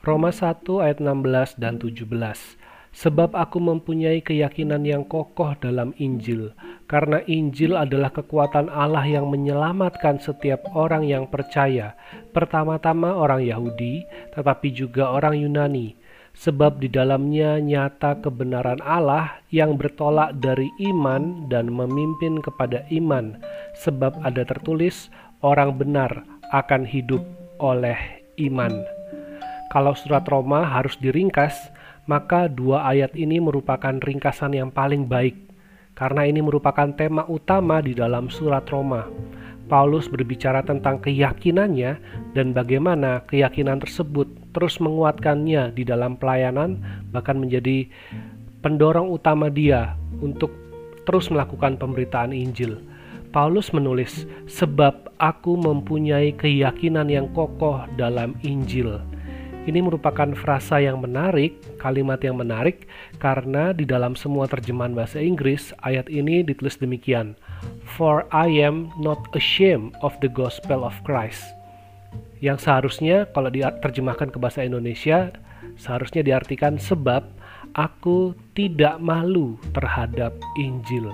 Roma 1 ayat 16 dan 17. Sebab aku mempunyai keyakinan yang kokoh dalam Injil, karena Injil adalah kekuatan Allah yang menyelamatkan setiap orang yang percaya, pertama-tama orang Yahudi, tetapi juga orang Yunani. Sebab di dalamnya nyata kebenaran Allah yang bertolak dari iman dan memimpin kepada iman. Sebab ada tertulis, orang benar akan hidup oleh iman. Kalau surat Roma harus diringkas, maka dua ayat ini merupakan ringkasan yang paling baik, karena ini merupakan tema utama di dalam surat Roma. Paulus berbicara tentang keyakinannya dan bagaimana keyakinan tersebut terus menguatkannya di dalam pelayanan, bahkan menjadi pendorong utama dia untuk terus melakukan pemberitaan Injil. Paulus menulis, sebab aku mempunyai keyakinan yang kokoh dalam Injil. Ini merupakan frasa yang menarik, kalimat yang menarik, karena di dalam semua terjemahan bahasa Inggris, ayat ini ditulis demikian, For I am not ashamed of the gospel of Christ. Yang seharusnya, kalau diterjemahkan ke bahasa Indonesia, seharusnya diartikan sebab aku tidak malu terhadap Injil.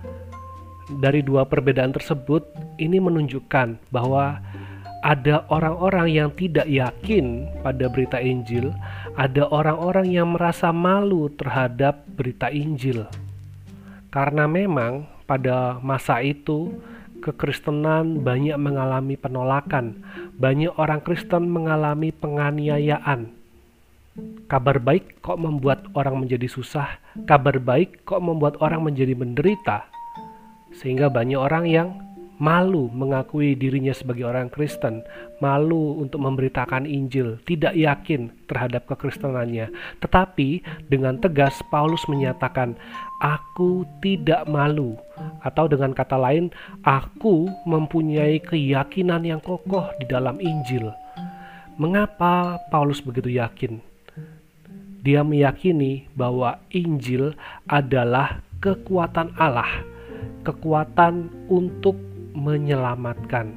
Dari dua perbedaan tersebut, ini menunjukkan bahwa ada orang-orang yang tidak yakin pada berita Injil, ada orang-orang yang merasa malu terhadap berita Injil. Karena memang pada masa itu, kekristenan banyak mengalami penolakan, banyak orang Kristen mengalami penganiayaan. Kabar baik kok membuat orang menjadi susah, kabar baik kok membuat orang menjadi menderita. Sehingga banyak orang yang malu mengakui dirinya sebagai orang Kristen, malu untuk memberitakan Injil, tidak yakin terhadap kekristenannya. Tetapi dengan tegas Paulus menyatakan, aku tidak malu, atau dengan kata lain, aku mempunyai keyakinan yang kokoh di dalam Injil. Mengapa Paulus begitu yakin? Dia meyakini bahwa Injil adalah kekuatan Allah, kekuatan untuk menyelamatkan.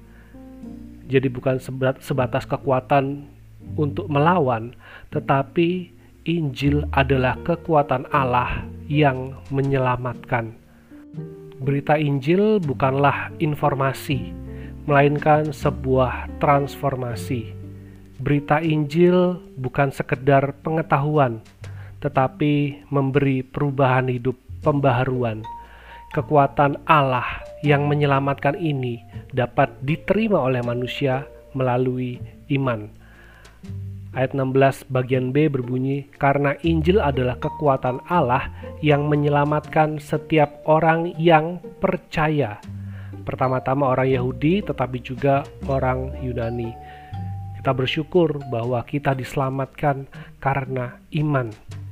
Jadi bukan sebatas kekuatan untuk melawan, tetapi Injil adalah kekuatan Allah yang menyelamatkan. Berita Injil bukanlah informasi, melainkan sebuah transformasi. Berita Injil bukan sekedar pengetahuan, tetapi memberi perubahan hidup, pembaharuan. Kekuatan Allah yang menyelamatkan ini dapat diterima oleh manusia melalui iman. Ayat 16 bagian B berbunyi, karena Injil adalah kekuatan Allah yang menyelamatkan setiap orang yang percaya. Pertama-tama orang Yahudi, tetapi juga orang Yunani. Kita bersyukur bahwa kita diselamatkan karena iman.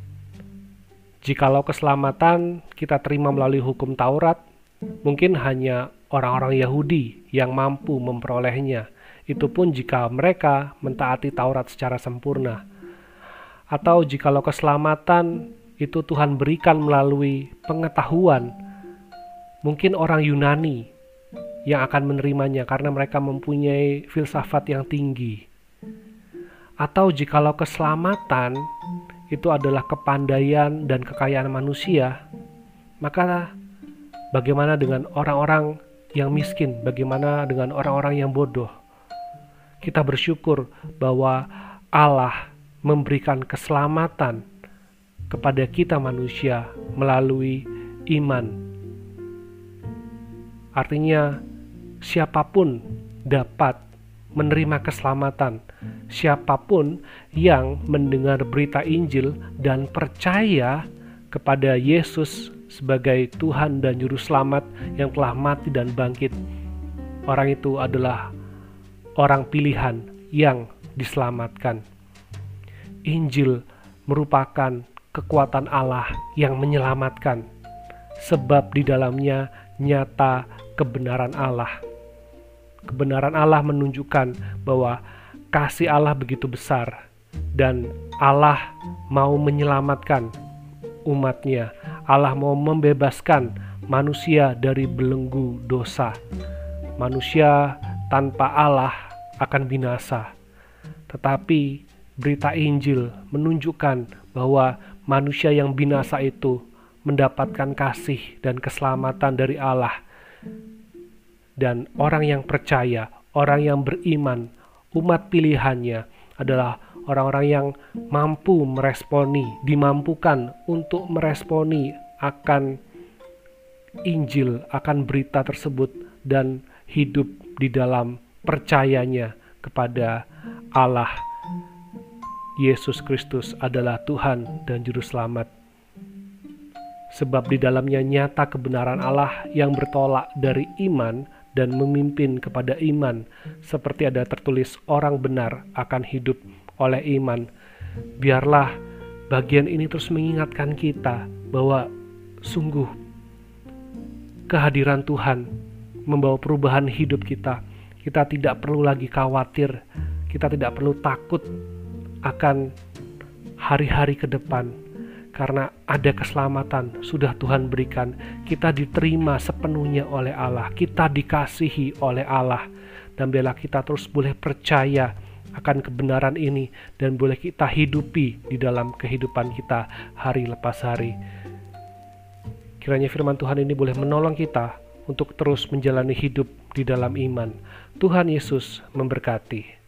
Jikalau keselamatan kita terima melalui hukum Taurat, mungkin hanya orang-orang Yahudi yang mampu memperolehnya. Itu pun jika mereka mentaati Taurat secara sempurna. Atau jikalau keselamatan itu Tuhan berikan melalui pengetahuan, mungkin orang Yunani yang akan menerimanya karena mereka mempunyai filsafat yang tinggi. Atau jikalau keselamatan itu adalah kepandaian dan kekayaan manusia, maka bagaimana dengan orang-orang yang miskin? Bagaimana dengan orang-orang yang bodoh? Kita bersyukur bahwa Allah memberikan keselamatan kepada kita manusia melalui iman. Artinya, siapapun dapat menerima keselamatan. Siapapun yang mendengar berita Injil dan percaya kepada Yesus sebagai Tuhan dan Juru Selamat yang telah mati dan bangkit, orang itu adalah orang pilihan yang diselamatkan. Injil merupakan kekuatan Allah yang menyelamatkan, sebab di dalamnya nyata kebenaran Allah. Kebenaran Allah menunjukkan bahwa kasih Allah begitu besar dan Allah mau menyelamatkan umatnya. Allah mau membebaskan manusia dari belenggu dosa. Manusia tanpa Allah akan binasa. Tetapi berita Injil menunjukkan bahwa manusia yang binasa itu mendapatkan kasih dan keselamatan dari Allah. Dan orang yang percaya, orang yang beriman, umat pilihannya adalah orang-orang yang mampu meresponi, dimampukan untuk meresponi akan Injil, akan berita tersebut, dan hidup di dalam percayanya kepada Allah. Yesus Kristus adalah Tuhan dan Juru Selamat. Sebab di dalamnya nyata kebenaran Allah yang bertolak dari iman dan memimpin kepada iman, seperti ada tertulis, orang benar akan hidup oleh iman. Biarlah bagian ini terus mengingatkan kita bahwa sungguh kehadiran Tuhan membawa perubahan hidup kita. Kita tidak perlu lagi khawatir, kita tidak perlu takut akan hari-hari ke depan, karena ada keselamatan sudah Tuhan berikan. Kita diterima sepenuhnya oleh Allah, kita dikasihi oleh Allah, dan biarlah kita terus boleh percaya akan kebenaran ini dan boleh kita hidupi di dalam kehidupan kita hari lepas hari. Kiranya firman Tuhan ini boleh menolong kita untuk terus menjalani hidup di dalam iman. Tuhan Yesus memberkati.